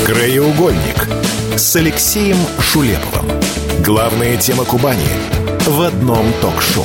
Краеугольник с Алексеем Шулеповым. Главная тема Кубани в одном ток-шоу.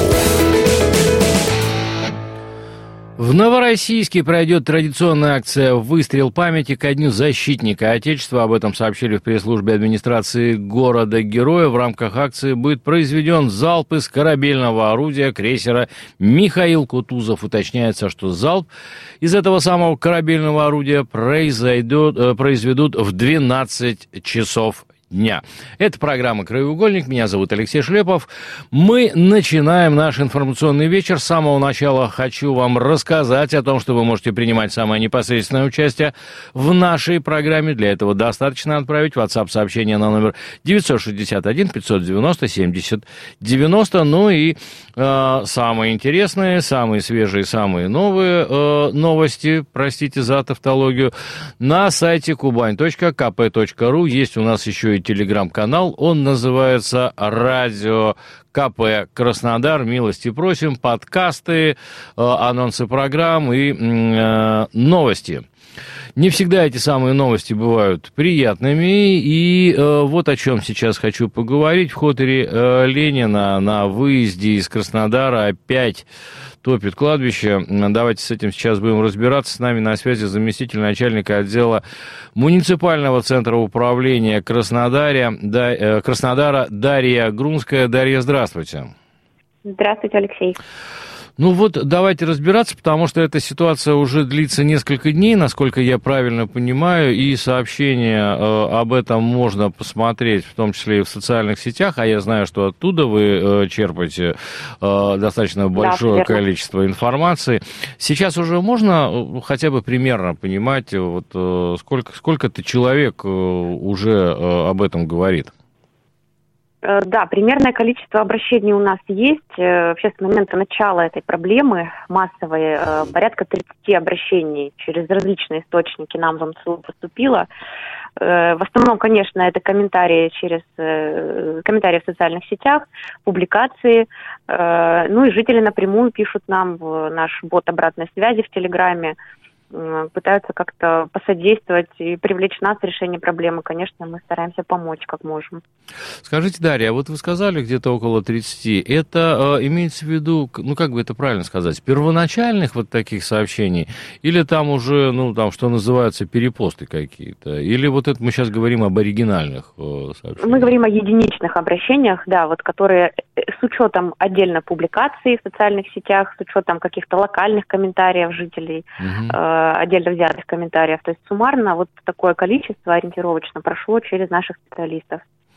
В Новороссийске пройдет традиционная акция «Выстрел памяти ко Дню защитника Отечества». Об этом сообщили в пресс-службе администрации города-героя. В рамках акции будет произведен залп из корабельного орудия крейсера «Михаил Кутузов». Уточняется, что залп из этого самого корабельного орудия произведут в 12 часов дня. Это программа «Краеугольник». Меня зовут Алексей Шулепов. Мы начинаем наш информационный вечер. С самого начала хочу вам рассказать о том, что вы можете принимать самое непосредственное участие в нашей программе. Для этого достаточно отправить WhatsApp-сообщение на номер 961-590-70-90. Ну и самые интересные, самые свежие, самые новые новости, простите за тавтологию, на сайте kubань.kp.ru. Есть у нас еще и телеграм-канал, он называется «Радио КП Краснодар». Милости просим, подкасты, анонсы программ и новости. Не всегда эти самые новости бывают приятными, и вот о чем сейчас хочу поговорить. В хуторе Ленина на выезде из Краснодара опять топит кладбище. Давайте с этим сейчас будем разбираться. С нами на связи заместитель начальника отдела муниципального центра управления Краснодара Дарья Грунская. Дарья, здравствуйте. Здравствуйте, Алексей. Ну вот, давайте разбираться, потому что эта ситуация уже длится несколько дней, насколько я правильно понимаю, и сообщения об этом можно посмотреть, в том числе и в социальных сетях, а я знаю, что оттуда вы черпаете достаточно большое количество информации. Сейчас уже можно хотя бы примерно понимать, вот сколько-то человек уже об этом говорит? Да, примерное количество обращений у нас есть. Вообще, с момента начала этой проблемы массовой порядка 30 обращений через различные источники нам в МЦУ поступило. В основном, конечно, это комментарии в социальных сетях, публикации. Ну и жители напрямую пишут нам в наш бот обратной связи в Телеграме, пытаются как-то посодействовать и привлечь нас в решение проблемы. Конечно, мы стараемся помочь, как можем. Скажите, Дарья, вот вы сказали где-то около 30. Это имеется в виду, ну, как бы это правильно сказать, первоначальных вот таких сообщений? Или там уже, ну, там, что называется, перепосты какие-то? Или вот это мы сейчас говорим об оригинальных сообщениях? Мы говорим о единичных обращениях, да, вот которые с учетом отдельно публикаций в социальных сетях, с учетом каких-то локальных комментариев жителей, отдельно взятых комментариев. То есть суммарно вот такое количество ориентировочно прошло через наших специалистов.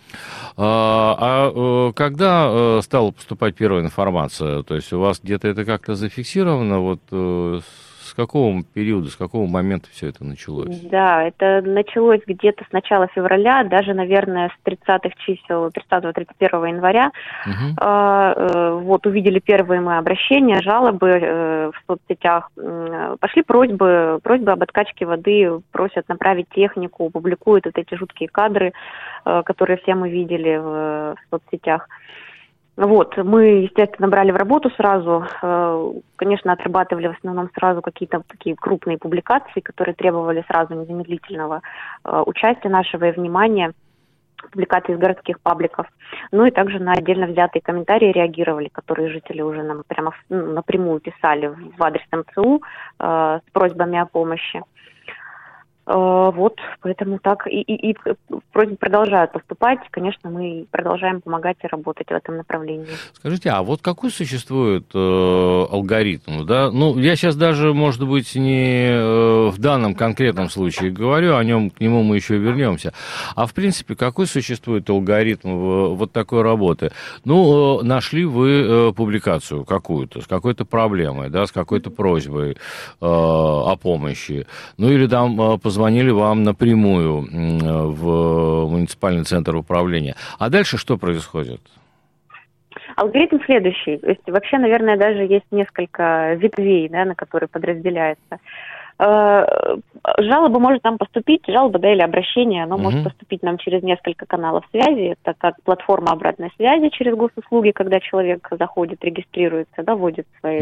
Когда стала поступать первая информация? То есть у вас где-то это как-то зафиксировано? Вот с какого периода, с какого момента все это началось? Да, это началось где-то с начала февраля, даже, наверное, с 30-х чисел, 30-31 января. Вот увидели первые мы обращения, жалобы в соцсетях. Пошли просьбы об откачке воды, просят направить технику, публикуют вот эти жуткие кадры, которые все мы видели в соцсетях. Вот, мы, естественно, брали в работу сразу, конечно, отрабатывали в основном сразу какие-то такие крупные публикации, которые требовали сразу незамедлительного участия нашего и внимания, публикации из городских пабликов. Ну и также на отдельно взятые комментарии реагировали, которые жители уже нам прямо напрямую писали в адрес МЦУ с просьбами о помощи. Вот, поэтому так и просьбы продолжают поступать. Конечно, мы продолжаем помогать и работать в этом направлении. Скажите, а вот какой существует алгоритм? Да? Ну, я сейчас даже, может быть, не в данном конкретном случае говорю, к нему мы еще вернемся. А в принципе, какой существует алгоритм вот такой работы? Ну, нашли вы публикацию какую-то, с какой-то проблемой, да, с какой-то просьбой о помощи. Ну, или там позвонили вам напрямую в муниципальный центр управления. А дальше что происходит? Алгоритм следующий. То есть, вообще, наверное, даже есть несколько ветвей, да, на которые подразделяется. Жалоба может нам поступить, да, или обращение, оно может поступить нам через несколько каналов связи. Это как платформа обратной связи через госуслуги, когда человек заходит, регистрируется, да, вводит свои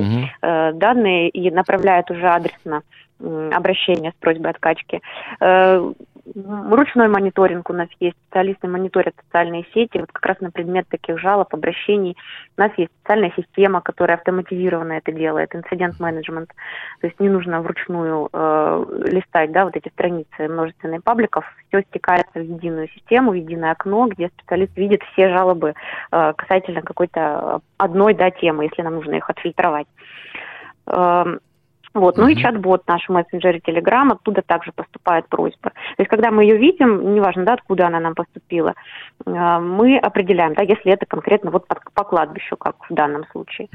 данные и направляет уже адресно обращение с просьбой откачки. ручной мониторинг у нас есть, специалисты мониторят социальные сети, вот как раз на предмет таких жалоб, обращений. У нас есть специальная система, которая автоматизированно это делает, инцидент-менеджмент. То есть не нужно вручную листать, да, вот эти страницы множественных пабликов, все стекается в единую систему, в единое окно, где специалист видит все жалобы касательно какой-то одной, да, темы, если нам нужно их отфильтровать. Вот. Ну и чат-бот наш в мессенджере Telegram, оттуда также поступает просьба. То есть, когда мы ее видим, неважно, да, откуда она нам поступила, мы определяем, да, если это конкретно вот по кладбищу, как в данном случае.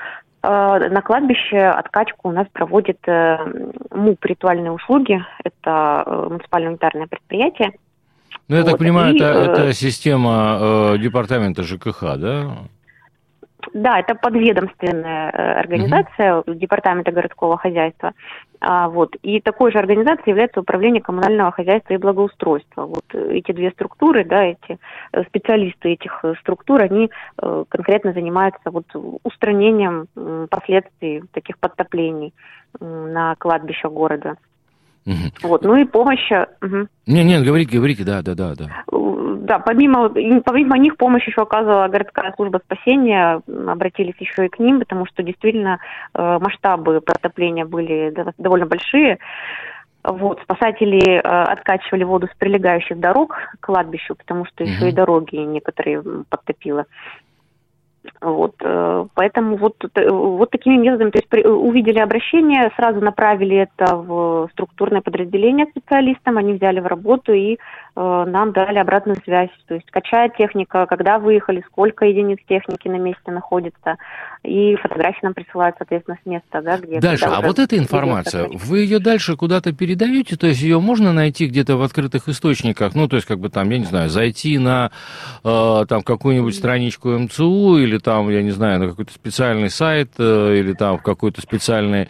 На кладбище откачку у нас проводит МУП «Ритуальные услуги», это муниципальное унитарное предприятие. Ну, я так понимаю, это система департамента ЖКХ, да? Да, это подведомственная организация Департамента городского хозяйства. Вот. И такой же организацией является Управление коммунального хозяйства и благоустройства. Вот эти две структуры, да, эти специалисты этих структур, они конкретно занимаются вот устранением последствий таких подтоплений на кладбищах города. Вот, ну и помощь... Нет, говорите, да. Да, помимо них помощь еще оказывала городская служба спасения, обратились еще и к ним, потому что действительно масштабы подтопления были довольно большие. Вот, спасатели откачивали воду с прилегающих дорог к кладбищу, потому что еще и дороги некоторые подтопило. Вот, поэтому вот такими методами, то есть увидели обращение, сразу направили это в структурное подразделение специалистам, они взяли в работу и нам дали обратную связь, то есть качает техника, когда выехали, сколько единиц техники на месте находится, и фотографии нам присылают, соответственно, с места, да, где... Дальше, а вот эта информация, вы ее дальше куда-то передаете, то есть ее можно найти где-то в открытых источниках, ну, то есть, как бы там, я не знаю, зайти на там какую-нибудь страничку МЦУ, или там, я не знаю, на какой-то специальный сайт, или там в какой-то специальный,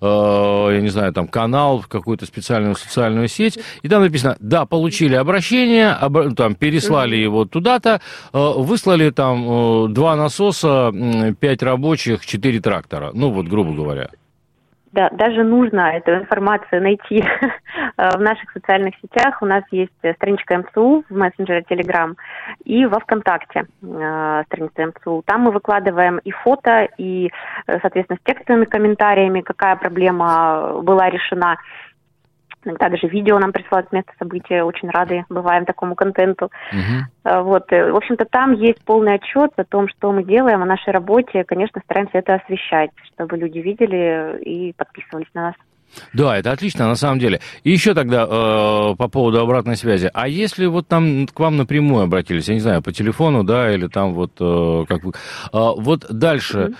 я не знаю, там канал, в какую-то специальную социальную сеть, и там написано, да, получили обращение, там, переслали его туда-то, выслали там 2 насоса, 5 рабочих, 4 трактора, ну, вот, грубо говоря. Да, даже нужно эту информацию найти в наших социальных сетях. У нас есть страничка МЦУ в мессенджере Telegram и во ВКонтакте страница МЦУ. Там мы выкладываем и фото, и, соответственно, с текстовыми комментариями, какая проблема была решена. Иногда даже видео нам присылают с места события, очень рады бываем такому контенту. Вот. В общем-то, там есть полный отчет о том, что мы делаем, о нашей работе. Конечно, стараемся это освещать, чтобы люди видели и подписывались на нас. Да, это отлично, на самом деле. И еще тогда по поводу обратной связи. А если вот там к вам напрямую обратились, я не знаю, по телефону, да, или там вот как бы... Вот дальше...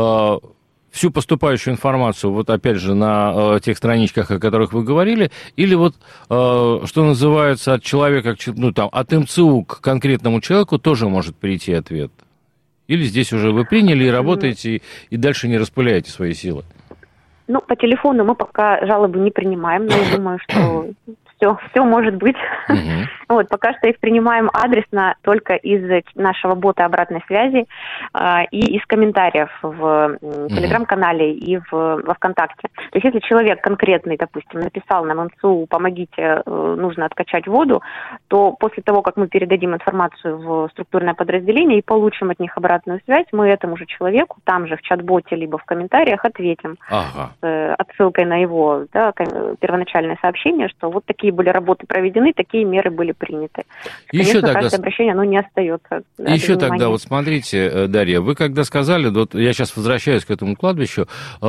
всю поступающую информацию, вот опять же, на тех страничках, о которых вы говорили, или вот, что называется, от человека, ну, там, от МЦУ к конкретному человеку тоже может прийти ответ? Или здесь уже вы приняли и работаете, и дальше не распыляете свои силы? Ну, по телефону мы пока жалобы не принимаем, но я думаю, что все может быть. Вот, пока что их принимаем адресно только из нашего бота обратной связи и из комментариев в Телеграм-канале и во ВКонтакте. То есть, если человек конкретный, допустим, написал нам МЦУ, помогите, нужно откачать воду, то после того, как мы передадим информацию в структурное подразделение и получим от них обратную связь, мы этому же человеку там же в чат-боте либо в комментариях ответим с отсылкой на его, да, первоначальное сообщение, что вот такие были работы проведены, такие меры были приняты. Конечно, каждое обращение, оно не остается. Еще тогда, вот смотрите, Дарья, вы когда сказали, вот я сейчас возвращаюсь к этому кладбищу,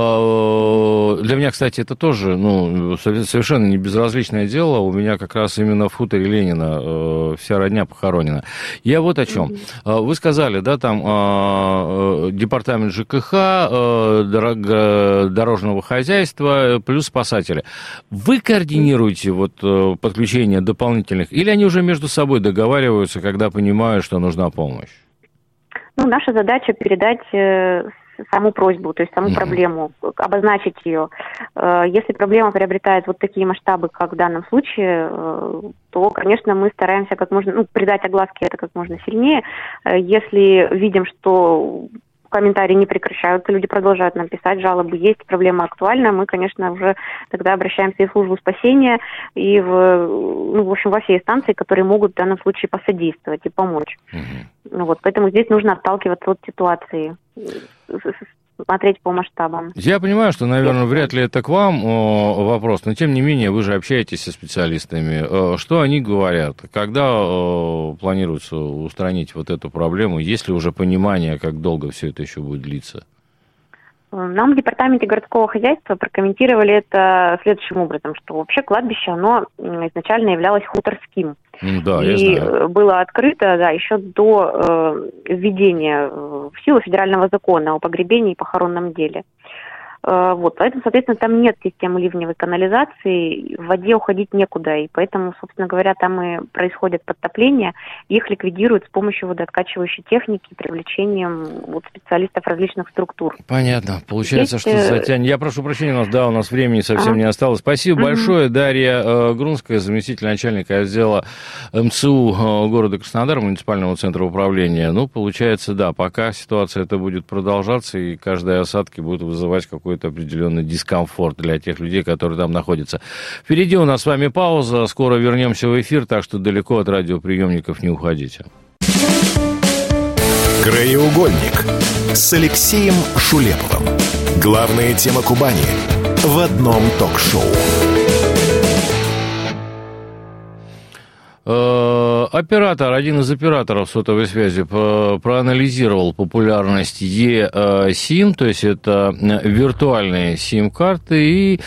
для меня, кстати, это тоже, ну, совершенно не безразличное дело, у меня как раз именно в хуторе Ленина вся родня похоронена. Я вот о чем. Вы сказали, да, там департамент ЖКХ, дорожного хозяйства, плюс спасатели. Вы координируете вот подключение дополнительных, или они уже между собой договариваются, когда понимают, что нужна помощь? Ну, наша задача передать саму просьбу, то есть саму проблему, обозначить ее. Если проблема приобретает вот такие масштабы, как в данном случае, то, конечно, мы стараемся как можно, придать огласке это как можно сильнее. Если видим, что комментарии не прекращаются, люди продолжают нам писать, жалобы есть, проблема актуальна. Мы, конечно, уже тогда обращаемся и в службу спасения, и в общем, во все инстанции, которые могут в данном случае посодействовать и помочь. Вот, поэтому здесь нужно отталкиваться от ситуации, смотреть по масштабам. Я понимаю, что, наверное, вряд ли это к вам вопрос, но, тем не менее, вы же общаетесь со специалистами. Что они говорят? Когда планируется устранить вот эту проблему? Есть ли уже понимание, как долго все это еще будет длиться? Нам в департаменте городского хозяйства прокомментировали это следующим образом, что вообще кладбище, оно изначально являлось хуторским. Да, и я знаю. Было открыто, еще до введения в силу федерального закона о погребении и похоронном деле. Вот, поэтому, соответственно, там нет системы ливневой канализации, в воде уходить некуда, и поэтому, собственно говоря, там и происходит подтопление, их ликвидируют с помощью водооткачивающей техники, привлечением специалистов различных структур. Понятно. Получается, что затянет. Я прошу прощения, у нас времени совсем не осталось. Спасибо большое. Дарья Грунская, заместитель начальника отдела МЦУ города Краснодар, муниципального центра управления. Получается, пока ситуация эта будет продолжаться, и каждые осадки будут вызывать какой-то определенный дискомфорт для тех людей, которые там находятся. Впереди у нас с вами пауза, скоро вернемся в эфир, так что далеко от радиоприемников не уходите. Краеугольник с Алексеем Шулеповым. Главная тема Кубани в одном ток-шоу. Оператор, один из операторов сотовой связи проанализировал популярность eSIM, то есть это виртуальные сим-карты, и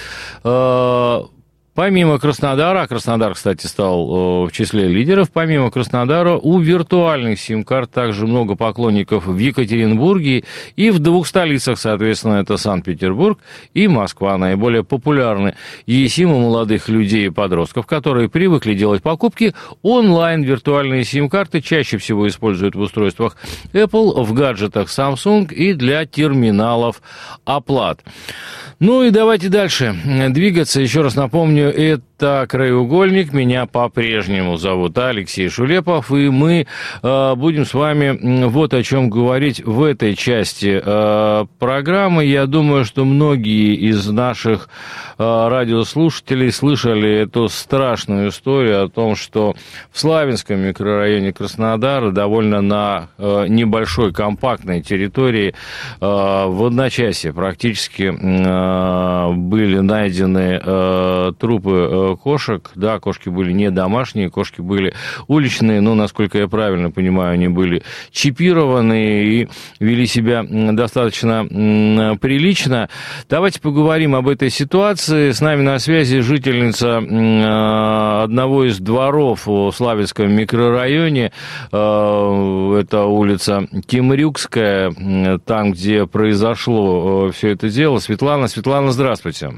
помимо Краснодара, Краснодар, кстати, стал в числе лидеров, помимо Краснодара, у виртуальных сим-карт также много поклонников в Екатеринбурге и в двух столицах, соответственно, это Санкт-Петербург и Москва. Наиболее популярны eSIM у молодых людей и подростков, которые привыкли делать покупки онлайн. Виртуальные сим-карты чаще всего используют в устройствах Apple, в гаджетах Samsung и для терминалов оплат. И давайте дальше двигаться. Еще раз напомню, это «Краеугольник». Меня по-прежнему зовут Алексей Шулепов, и мы будем с вами вот о чем говорить в этой части программы. Я думаю, что многие из наших радиослушателей слышали эту страшную историю о том, что в Славянском микрорайоне Краснодара довольно на небольшой компактной территории в одночасье практически были найдены трупы кошек. Да, кошки были не домашние, кошки были уличные, но, насколько я правильно понимаю, они были чипированы и вели себя достаточно прилично. Давайте поговорим об этой ситуации. С нами на связи жительница одного из дворов в Славянском микрорайоне. Это улица Темрюкская, там, где произошло все это дело. Светлана, здравствуйте.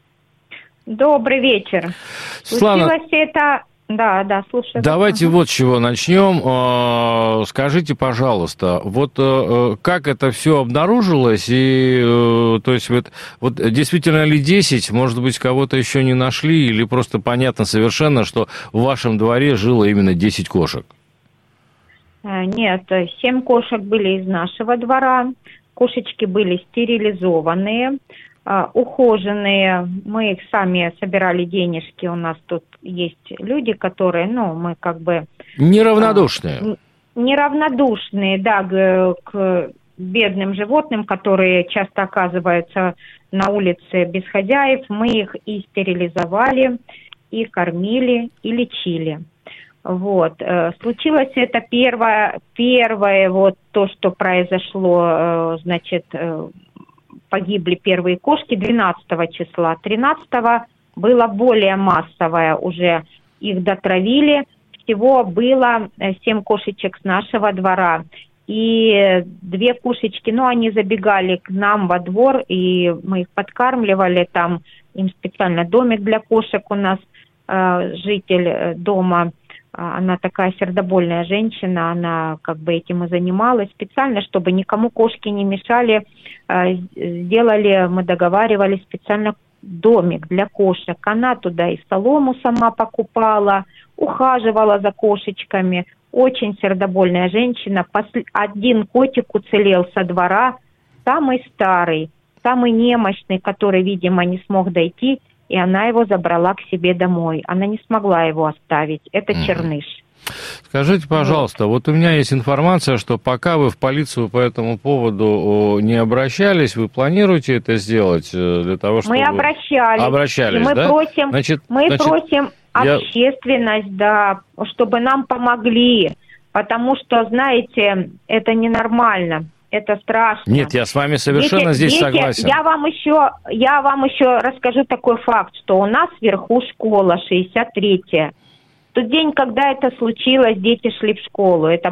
Добрый вечер. Светлана, случилось это... Да, слушаю. Давайте вот с чего начнем. Скажите, пожалуйста, как это все обнаружилось, и то есть вот действительно ли 10, может быть, кого-то еще не нашли, или просто понятно совершенно, что в вашем дворе жило именно 10 кошек? Нет, 7 кошек были из нашего двора, кошечки были стерилизованные, ухоженные, мы их сами собирали денежки, у нас тут есть люди, которые, мы как бы... Неравнодушные. Неравнодушные, да, к бедным животным, которые часто оказываются на улице без хозяев, мы их и стерилизовали, и кормили, и лечили. Случилось это первое то, что произошло, погибли первые кошки 12 числа. 13-го было более массовое, уже их дотравили. Всего было 7 кошечек с нашего двора. И 2 кошечки, они забегали к нам во двор, и мы их подкармливали. Там им специально домик для кошек у нас, житель дома. Она такая сердобольная женщина, она как бы этим и занималась. Специально, чтобы никому кошки не мешали, мы договаривались специально домик для кошек. Она туда и солому сама покупала, ухаживала за кошечками. Очень сердобольная женщина. Один котик уцелел со двора, самый старый, самый немощный, который, видимо, не смог дойти, и она его забрала к себе домой. Она не смогла его оставить. Это Черныш. Скажите, пожалуйста, вот у меня есть информация, что пока вы в полицию по этому поводу не обращались, вы планируете это сделать для того, чтобы... Мы обращались. Обращались, и мы да? просим, просим общественность, да, чтобы нам помогли, потому что, знаете, это ненормально. Это страшно. Нет, я с вами совершенно здесь согласен. Я вам еще расскажу такой факт, что у нас вверху школа 63-я. В тот день, когда это случилось, дети шли в школу. Это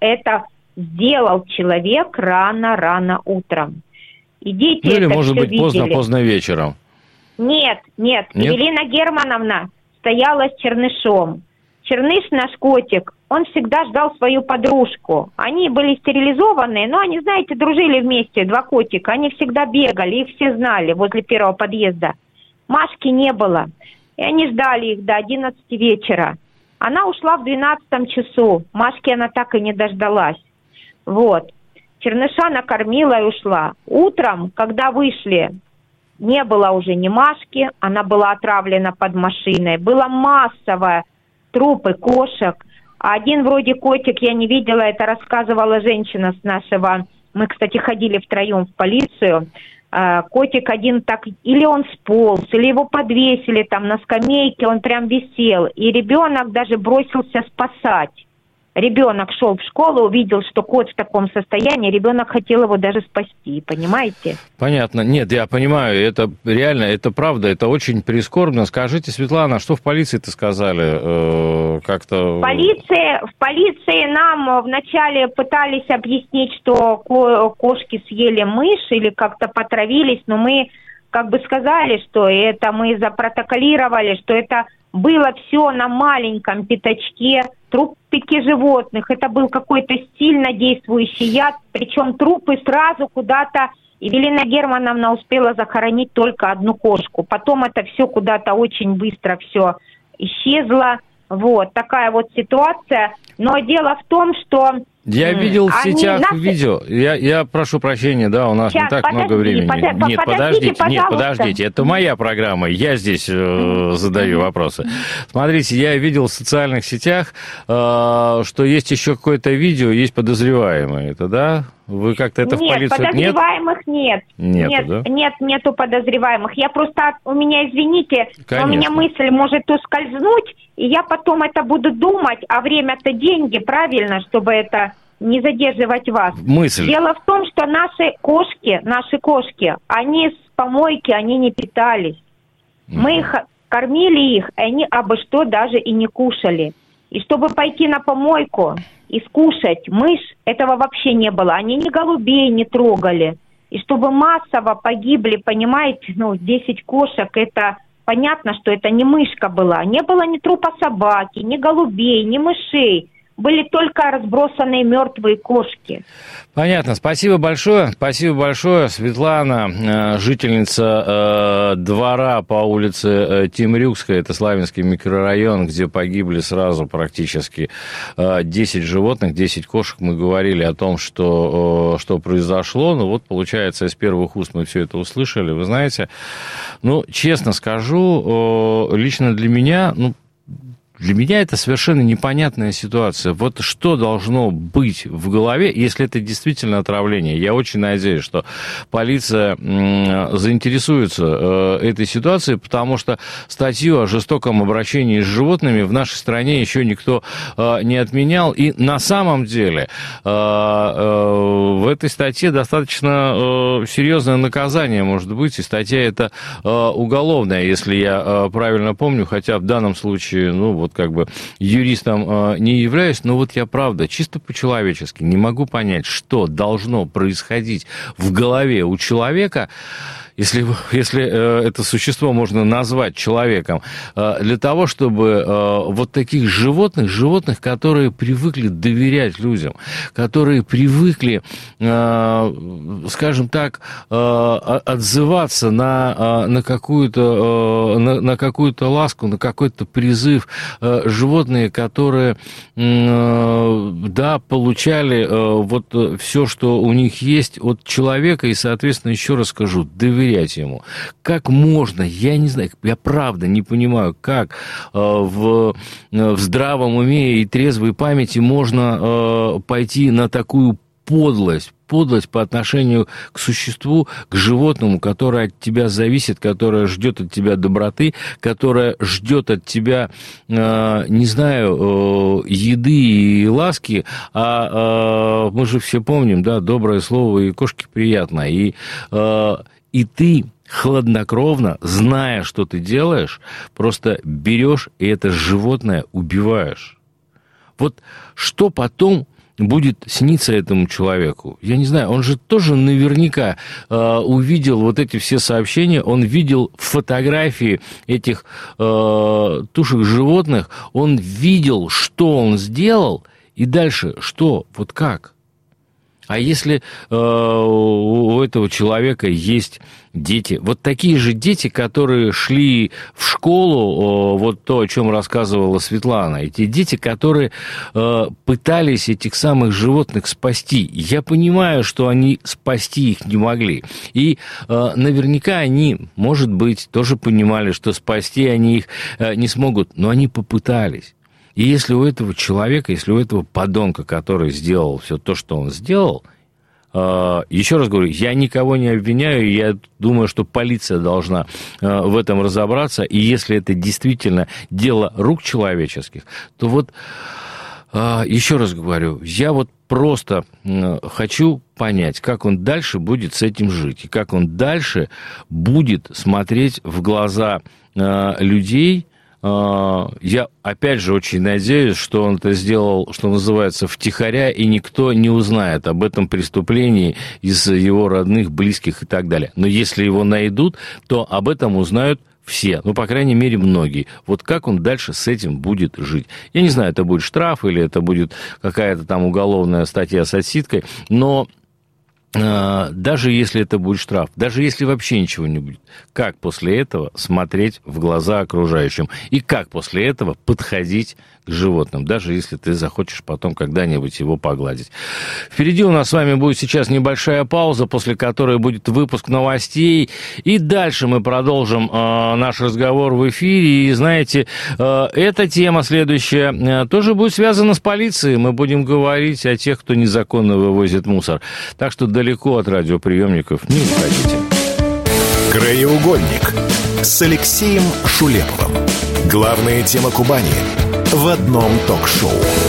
сделал человек рано утром. И дети или, это может все быть, видели. поздно вечером. Нет. Евелина Германовна стояла с Чернышом. Черныш, наш котик, он всегда ждал свою подружку. Они были стерилизованные, но они, знаете, дружили вместе, 2 котика. Они всегда бегали, их все знали возле первого подъезда. Машки не было. И они ждали их до 11 вечера. Она ушла в 12 часу. Машки она так и не дождалась. Вот. Черныша накормила и ушла. Утром, когда вышли, не было уже ни Машки, она была отравлена под машиной. Было массовое трупы кошек. А один вроде котик я не видела, это рассказывала женщина с нашего... Мы, кстати, ходили втроем в полицию. Котик один так... Или он сполз, или его подвесили там на скамейке, он прям висел. И ребенок даже бросился спасать. Ребенок шел в школу, увидел, что кот в таком состоянии, ребенок хотел его даже спасти, понимаете? Понятно. Нет, я понимаю, это реально, это правда, это очень прискорбно. Скажите, Светлана, что в полиции-то сказали? Как-то... В полиции нам вначале пытались объяснить, что кошки съели мышь или как-то потравились, но мы как бы сказали, что это мы запротоколировали, что это было все на маленьком пятачке, трупики животных. Это был какой-то сильно действующий яд, причем трупы сразу куда-то... Евелина Германовна успела захоронить только одну кошку. Потом это все куда-то очень быстро все исчезло. Вот, такая вот ситуация. Но дело в том, что... Я видел в сетях видео. Я прошу прощения, да, у нас не так много времени. Нет, подождите, это моя программа, я здесь задаю вопросы. Смотрите, я видел в социальных сетях, что есть еще какое-то видео, есть подозреваемые, это да? Вы как-то это в полицию... Нет, подозреваемых нет. Нету подозреваемых. Я просто, у меня, извините, но у меня мысль может ускользнуть, и я потом это буду думать, а время-то деньги, правильно, чтобы это не задерживать вас. Мысль. Дело в том, что наши кошки, они с помойки, они не питались. Мы их кормили их, и они абы что даже и не кушали. И чтобы пойти на помойку и скушать мышь, этого вообще не было. Они ни голубей не трогали. И чтобы массово погибли, понимаете, 10 кошек, это понятно, что это не мышка была. Не было ни трупа собаки, ни голубей, ни мышей. Были только разбросанные мертвые кошки. Понятно. Спасибо большое. Светлана, жительница двора по улице Темрюкская, это Славянский микрорайон, где погибли сразу практически 10 животных, 10 кошек. Мы говорили о том, что произошло. Ну вот, получается, из первых уст мы все это услышали. Вы знаете, честно скажу, лично для меня, для меня это совершенно непонятная ситуация. Вот что должно быть в голове, если это действительно отравление? Я очень надеюсь, что полиция заинтересуется этой ситуацией, потому что статью о жестоком обращении с животными в нашей стране еще никто не отменял. И на самом деле в этой статье достаточно серьезное наказание может быть, и статья эта уголовная, если я правильно помню, хотя в данном случае, юристом не являюсь, но вот я, правда, чисто по-человечески не могу понять, что должно происходить в голове у человека. И если это существо можно назвать человеком, для того, чтобы вот таких животных, которые привыкли доверять людям, которые привыкли, скажем так, отзываться на какую-то ласку, на какой-то призыв, животные, которые, да, получали вот все, что у них есть от человека, и, соответственно, еще раз скажу, доверять ему. Как можно, я не знаю, я правда не понимаю, как в здравом уме и трезвой памяти можно пойти на такую подлость по отношению к существу, к животному, которое от тебя зависит, которое ждет от тебя доброты, которое ждет от тебя, не знаю, еды и ласки, а мы же все помним, да, доброе слово и кошке приятно, и ты хладнокровно, зная, что ты делаешь, просто берешь и это животное убиваешь. Вот что потом будет сниться этому человеку? Я не знаю, он же тоже наверняка увидел вот эти все сообщения, он видел фотографии этих тушек животных, он видел, что он сделал, и дальше что, вот как? А если у этого человека есть дети, вот такие же дети, которые шли в школу, вот то, о чем рассказывала Светлана, эти дети, которые пытались этих самых животных спасти. Я понимаю, что они спасти их не могли. И наверняка они, может быть, тоже понимали, что спасти они их не смогут, но они попытались. И если у этого человека, если у этого подонка, который сделал все то, что он сделал, еще раз говорю, я никого не обвиняю, я думаю, что полиция должна в этом разобраться, и если это действительно дело рук человеческих, то вот, еще раз говорю, я вот просто хочу понять, как он дальше будет с этим жить, и как он дальше будет смотреть в глаза людей. Я, опять же, очень надеюсь, что он это сделал, что называется, втихаря, и никто не узнает об этом преступлении из его родных, близких и так далее. Но если его найдут, то об этом узнают все, ну, по крайней мере, многие. Вот как он дальше с этим будет жить? Я не знаю, это будет штраф или это будет какая-то там уголовная статья с отсидкой, но даже если это будет штраф, даже если вообще ничего не будет, как после этого смотреть в глаза окружающим и как после этого подходить к животным, даже если ты захочешь потом когда-нибудь его погладить. Впереди у нас с вами будет сейчас небольшая пауза, после которой будет выпуск новостей, и дальше мы продолжим наш разговор в эфире. И знаете, эта тема следующая тоже будет связана с полицией. Мы будем говорить о тех, кто незаконно вывозит мусор. Так что далеко от радиоприемников не уходите. Краеугольник с Алексеем Шулеповым. Главная тема Кубани в одном ток-шоу.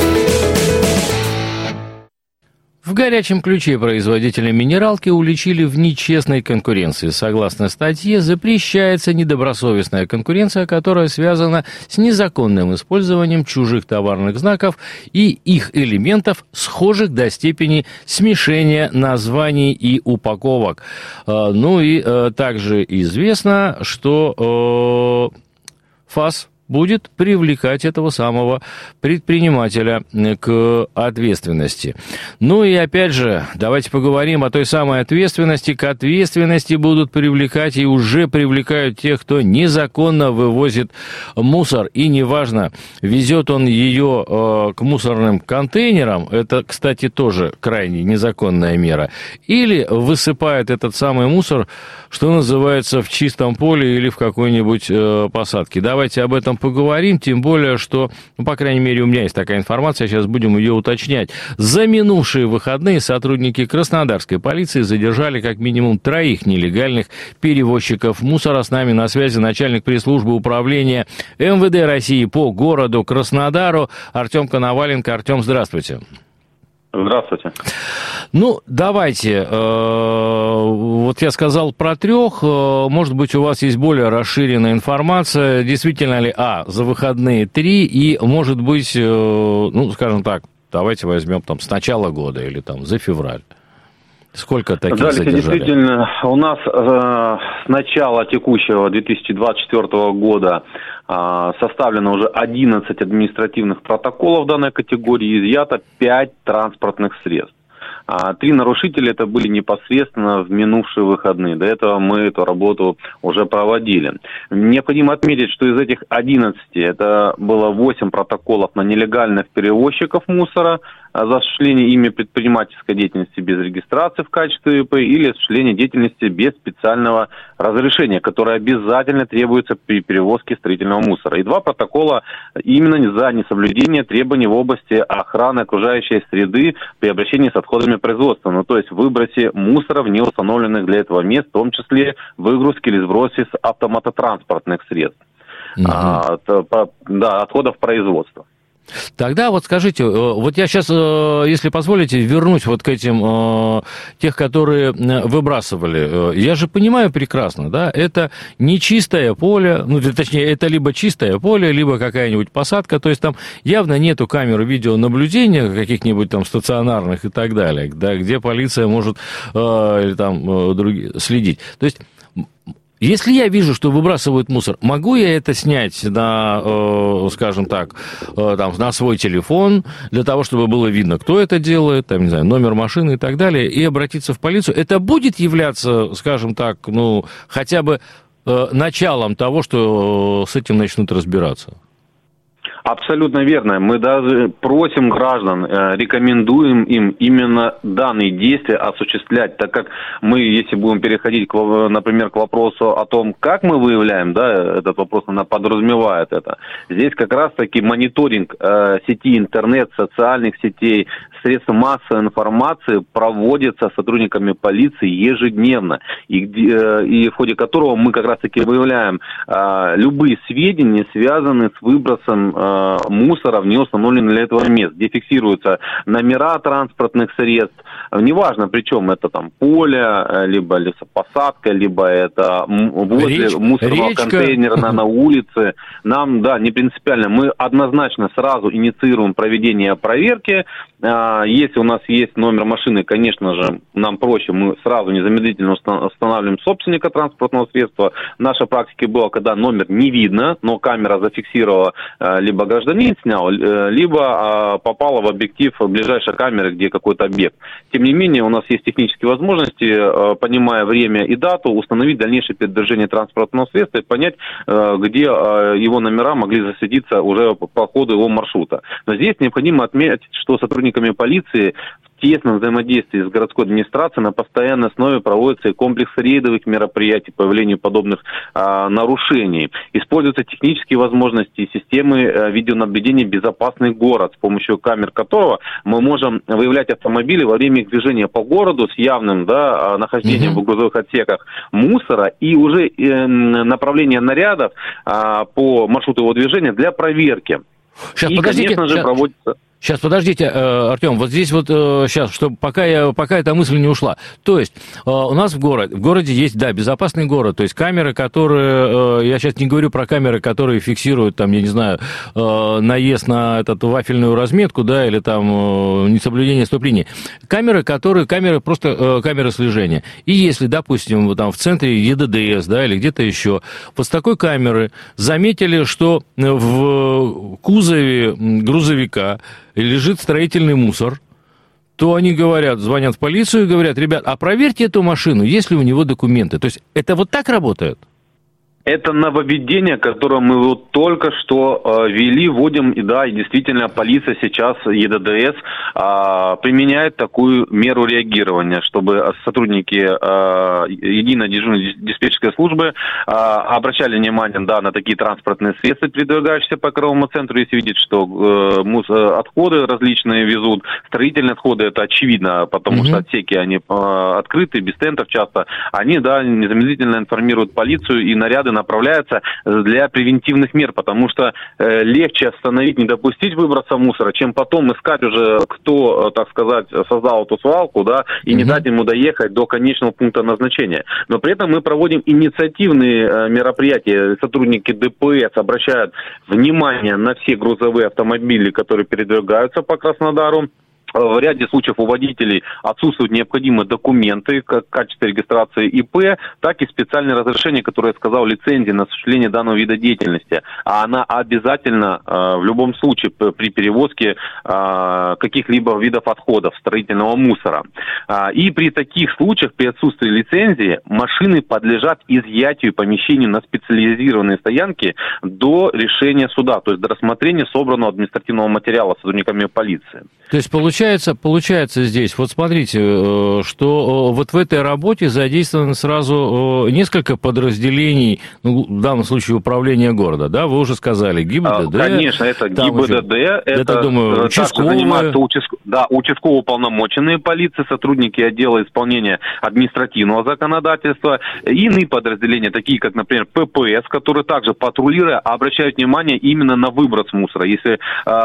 В горячем ключе производители минералки уличили в нечестной конкуренции. Согласно статье, запрещается недобросовестная конкуренция, которая связана с незаконным использованием чужих товарных знаков и их элементов, схожих до степени смешения названий и упаковок. Ну и также известно, что ФАС будет привлекать этого самого предпринимателя к ответственности. Ну и опять же, давайте поговорим о той самой ответственности. К ответственности будут привлекать и уже привлекают тех, кто незаконно вывозит мусор. И неважно, везет он ее к мусорным контейнерам, это, кстати, тоже крайне незаконная мера, или высыпает этот самый мусор, что называется, в чистом поле или в какой-нибудь посадке. Давайте об этом поговорим, тем более, что, ну, по крайней мере, у меня есть такая информация, сейчас будем ее уточнять. За минувшие выходные сотрудники краснодарской полиции задержали как минимум 3 нелегальных перевозчиков мусора. С нами на связи начальник пресс-службы управления МВД России по городу Краснодару Артем Коноваленко. Артем, здравствуйте. Здравствуйте. Ну, давайте, вот я сказал про 3, может быть, у вас есть более расширенная информация, действительно ли, за выходные 3, и, может быть, ну, скажем так, давайте возьмем там с начала года или там за февраль. Сколько таких задержали? Действительно, у нас с начала текущего 2024 года составлено уже 11 административных протоколов в данной категории, изъято 5 транспортных средств. 3 нарушителя это были непосредственно в минувшие выходные. До этого мы эту работу уже проводили. Необходимо отметить, что из этих 11 это было 8 протоколов на нелегальных перевозчиков мусора за осуществление ими предпринимательской деятельности без регистрации в качестве ИП или осуществление деятельности без специального разрешения, которое обязательно требуется при перевозке строительного мусора. И 2 протокола именно за несоблюдение требований в области охраны окружающей среды при обращении с отходами производства, ну то есть выбросе мусора в неустановленных для этого мест, в том числе выгрузке или сбросе с автомототранспортных средств, отходов производства. Тогда вот скажите, вот я сейчас, если позволите, вернусь вот к этим, тех, которые выбрасывали. Я же понимаю прекрасно, да, это не чистое поле, ну, точнее, это либо чистое поле, либо какая-нибудь посадка, то есть там явно нету камер видеонаблюдения каких-нибудь там стационарных и так далее, да, где полиция может или там следить. То есть... Если я вижу, что выбрасывают мусор, могу я это снять на, скажем так, там, на свой телефон, для того, чтобы было видно, кто это делает, там, не знаю, номер машины и так далее, и обратиться в полицию? Это будет являться, скажем так, ну, хотя бы началом того, что с этим начнут разбираться? Абсолютно верно. Мы даже просим граждан, рекомендуем им именно данные действия осуществлять, так как мы, если будем переходить, например, к вопросу о том, как мы выявляем, да, этот вопрос, она подразумевает это. Здесь как раз-таки мониторинг сети интернет, социальных сетей, средств массовой информации проводится сотрудниками полиции ежедневно, и в ходе которого мы как раз-таки выявляем любые сведения, связанные с выбросом мусора в неустановленные для этого мест, где фиксируются номера транспортных средств, неважно, причем это там поле, либо лесопосадка, либо это возле мусорного контейнера на улице. Нам, да, не принципиально. Мы однозначно сразу инициируем проведение проверки. Если у нас есть номер машины, конечно же, нам проще, мы сразу незамедлительно устанавливаем собственника транспортного средства. В нашей практике было, когда номер не видно, но камера зафиксировала, либо гражданин снял, либо попала в объектив ближайшей камеры, где какой-то объект. Тем не менее, у нас есть технические возможности, понимая время и дату, установить дальнейшее передвижение транспортного средства и понять, где его номера могли засветиться уже по ходу его маршрута. Но здесь необходимо отметить, что сотрудниками полиции в тесном взаимодействии с городской администрацией на постоянной основе проводится и комплекс рейдовых мероприятий по выявлению подобных нарушений. Используются технические возможности и системы видеонаблюдения «Безопасный город», с помощью камер которого мы можем выявлять автомобили во время их движения по городу с явным, да, нахождением в грузовых отсеках мусора и уже направление нарядов по маршруту его движения для проверки. Сейчас, и, подождите, конечно же, проводится... Сейчас, подождите, Артем, вот здесь вот сейчас, чтобы пока эта мысль не ушла. То есть у нас в городе есть, да, безопасный город, то есть камеры, которые, я сейчас не говорю про камеры, которые фиксируют, там, я не знаю, наезд на эту вафельную разметку, да, или там несоблюдение стоп-линии. Камеры слежения. И если, допустим, там в центре ЕДДС, да, или где-то еще, вот с такой камеры заметили, что в кузове грузовика лежит строительный мусор, то они говорят, звонят в полицию и говорят: ребят, а проверьте эту машину, есть ли у него документы. То есть это вот так работает? Это нововведение, которое мы вот только что вводим, и да, и действительно полиция сейчас, ЕДДС, применяет такую меру реагирования, чтобы сотрудники единой дежурной диспетчерской службы обращали внимание, да, на такие транспортные средства, передвигающиеся по Кровому центру, если видят, что отходы различные везут, строительные отходы, это очевидно, потому что отсеки, они открыты, без тентов часто, они, да, незамедлительно информируют полицию, и наряды направляются для превентивных мер, потому что легче остановить, не допустить выброса мусора, чем потом искать уже, кто, так сказать, создал эту свалку, да, и не дать ему доехать до конечного пункта назначения. Но при этом мы проводим инициативные мероприятия. Сотрудники ДПС обращают внимание на все грузовые автомобили, которые передвигаются по Краснодару. В ряде случаев у водителей отсутствуют необходимые документы, как в качестве регистрации ИП, так и специальное разрешение, которое я сказал, лицензия на осуществление данного вида деятельности. А она обязательно в любом случае при перевозке каких-либо видов отходов, строительного мусора. И при таких случаях, при отсутствии лицензии, машины подлежат изъятию и помещению на специализированные стоянки до решения суда, то есть до рассмотрения собранного административного материала сотрудниками полиции. То есть получается здесь, вот смотрите, что вот в этой работе задействовано сразу несколько подразделений, ну, в данном случае управления города, да, вы уже сказали, ГИБДД. Конечно, это ГИБДД, это, думаю, участковые. Участково уполномоченные полиции, сотрудники отдела исполнения административного законодательства, и иные подразделения, такие как, например, ППС, которые также патрулируя, обращают внимание именно на выброс мусора. Если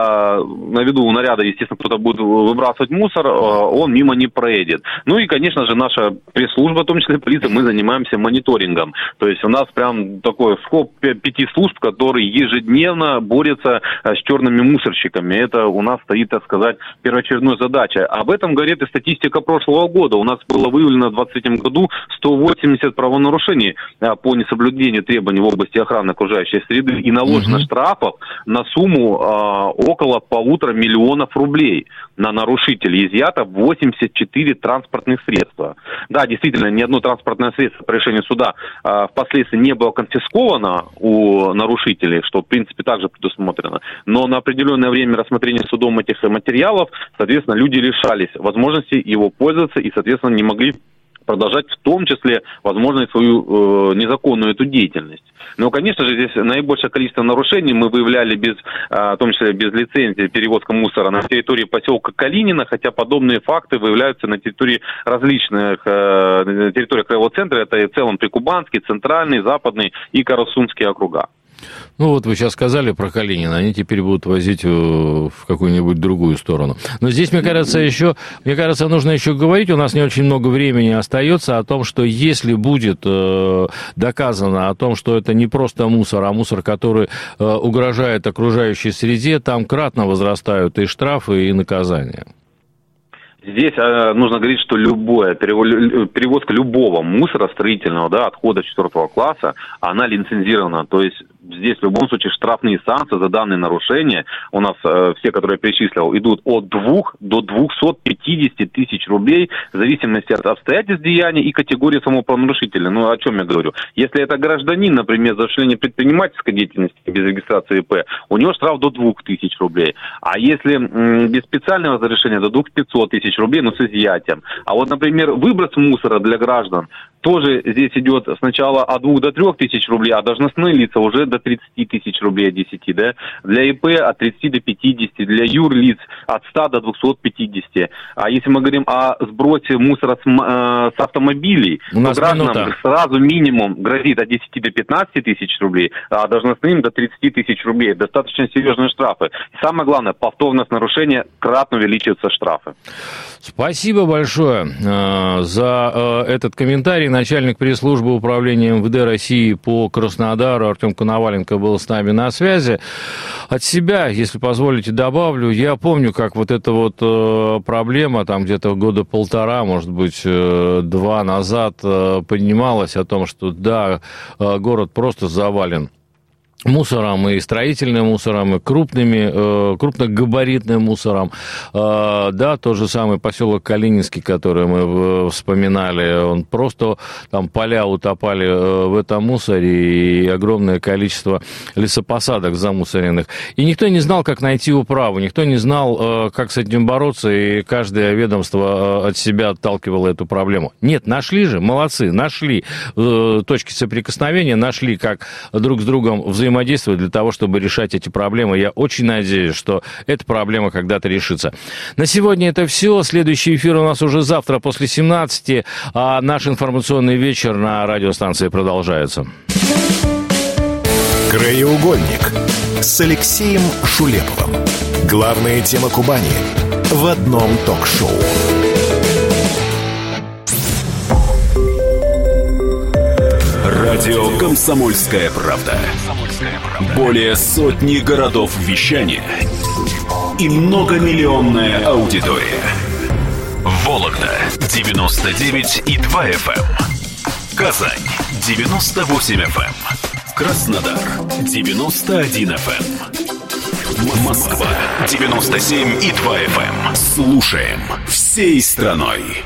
на виду наряда, естественно, кто-то будет выбрасывать мусор, он мимо не проедет. Ну и, конечно же, наша пресс-служба, в том числе полиция, мы занимаемся мониторингом. То есть у нас прям такой скоп 5 служб, которые ежедневно борются с черными мусорщиками. Это у нас стоит, так сказать, первоочередной задачей. Об этом говорит и статистика прошлого года. У нас было выявлено в 2023 году 180 правонарушений по несоблюдению требований в области охраны окружающей среды и наложено штрафов на сумму около 1,5 миллиона рублей. На нарушителей изъято 84 транспортных средства. Да, действительно, ни одно транспортное средство по решению суда впоследствии не было конфисковано у нарушителей, что, в принципе, также предусмотрено. Но на определенное время рассмотрения судом этих материалов, соответственно, люди лишались возможности его пользоваться и, соответственно, не могли продолжать в том числе, возможно, свою незаконную эту деятельность. Но, конечно же, здесь наибольшее количество нарушений мы выявляли в том числе без лицензии перевозка мусора на территории поселка Калинина, хотя подобные факты выявляются на территории различных территорий краевого центра, это и в целом Прикубанский, Центральный, Западный и Карасунский округа. Ну, вот вы сейчас сказали про Калинина, они теперь будут возить в какую-нибудь другую сторону. Но здесь, мне кажется, нужно еще говорить, у нас не очень много времени остается, о том, что если будет доказано о том, что это не просто мусор, а мусор, который угрожает окружающей среде, там кратно возрастают и штрафы, и наказания. Здесь нужно говорить, что перевозка любого мусора строительного, да, отхода 4 класса, она лицензирована. То есть здесь в любом случае штрафные санкции за данные нарушения, у нас все, которые я перечислил, идут от 2 до 250 тысяч рублей в зависимости от обстоятельств деяния и категории самого правонарушителя. Ну, о чем я говорю? Если это гражданин, например, за осуществление предпринимательской деятельности без регистрации ИП, у него штраф до 2000 рублей. А если без специального разрешения, до 2500 тысяч рублей, но с изъятием. А вот, например, выброс мусора для граждан, тоже здесь идет сначала от 2 до 3 тысяч рублей, а должностные лица уже до 30 тысяч рублей от 10, да? Для ИП от 30 до 50, для юрлиц от 100 до 250. А если мы говорим о сбросе мусора с автомобилей, то гражданам сразу минимум грозит от 10 до 15 тысяч рублей, а должностным до 30 тысяч рублей. Достаточно серьезные штрафы. И самое главное, повторность нарушения, кратно увеличиваются штрафы. Спасибо большое за этот комментарий. Начальник пресс-службы управления МВД России по Краснодару Артем Коноваленко был с нами на связи. От себя, если позволите, добавлю. Я помню, как вот эта вот проблема там где-то года 1,5, может быть, 2 назад поднималась о том, что да, город просто завален мусором, и строительным мусором, и крупногабаритным мусором. Да, тот же самый поселок Калининский, который мы вспоминали, он просто, там поля утопали в этом мусоре, и огромное количество лесопосадок замусоренных. И никто не знал, как найти управу, никто не знал, как с этим бороться, и каждое ведомство от себя отталкивало эту проблему. Нет, нашли же, молодцы, нашли точки соприкосновения, нашли, как друг с другом взаимодействовать для того, чтобы решать эти проблемы. Я очень надеюсь, что эта проблема когда-то решится. На сегодня это все. Следующий эфир у нас уже завтра после 17, а наш информационный вечер на радиостанции продолжается. Краеугольник с Алексеем Шулеповым. Главные темы Кубани в одном ток-шоу. Радио «Комсомольская правда». Более сотни городов вещания и многомиллионная аудитория. Вологда 99,2 FM. Казань 98 FM. Краснодар 91 FM. Москва 97,2 FM. Слушаем всей страной.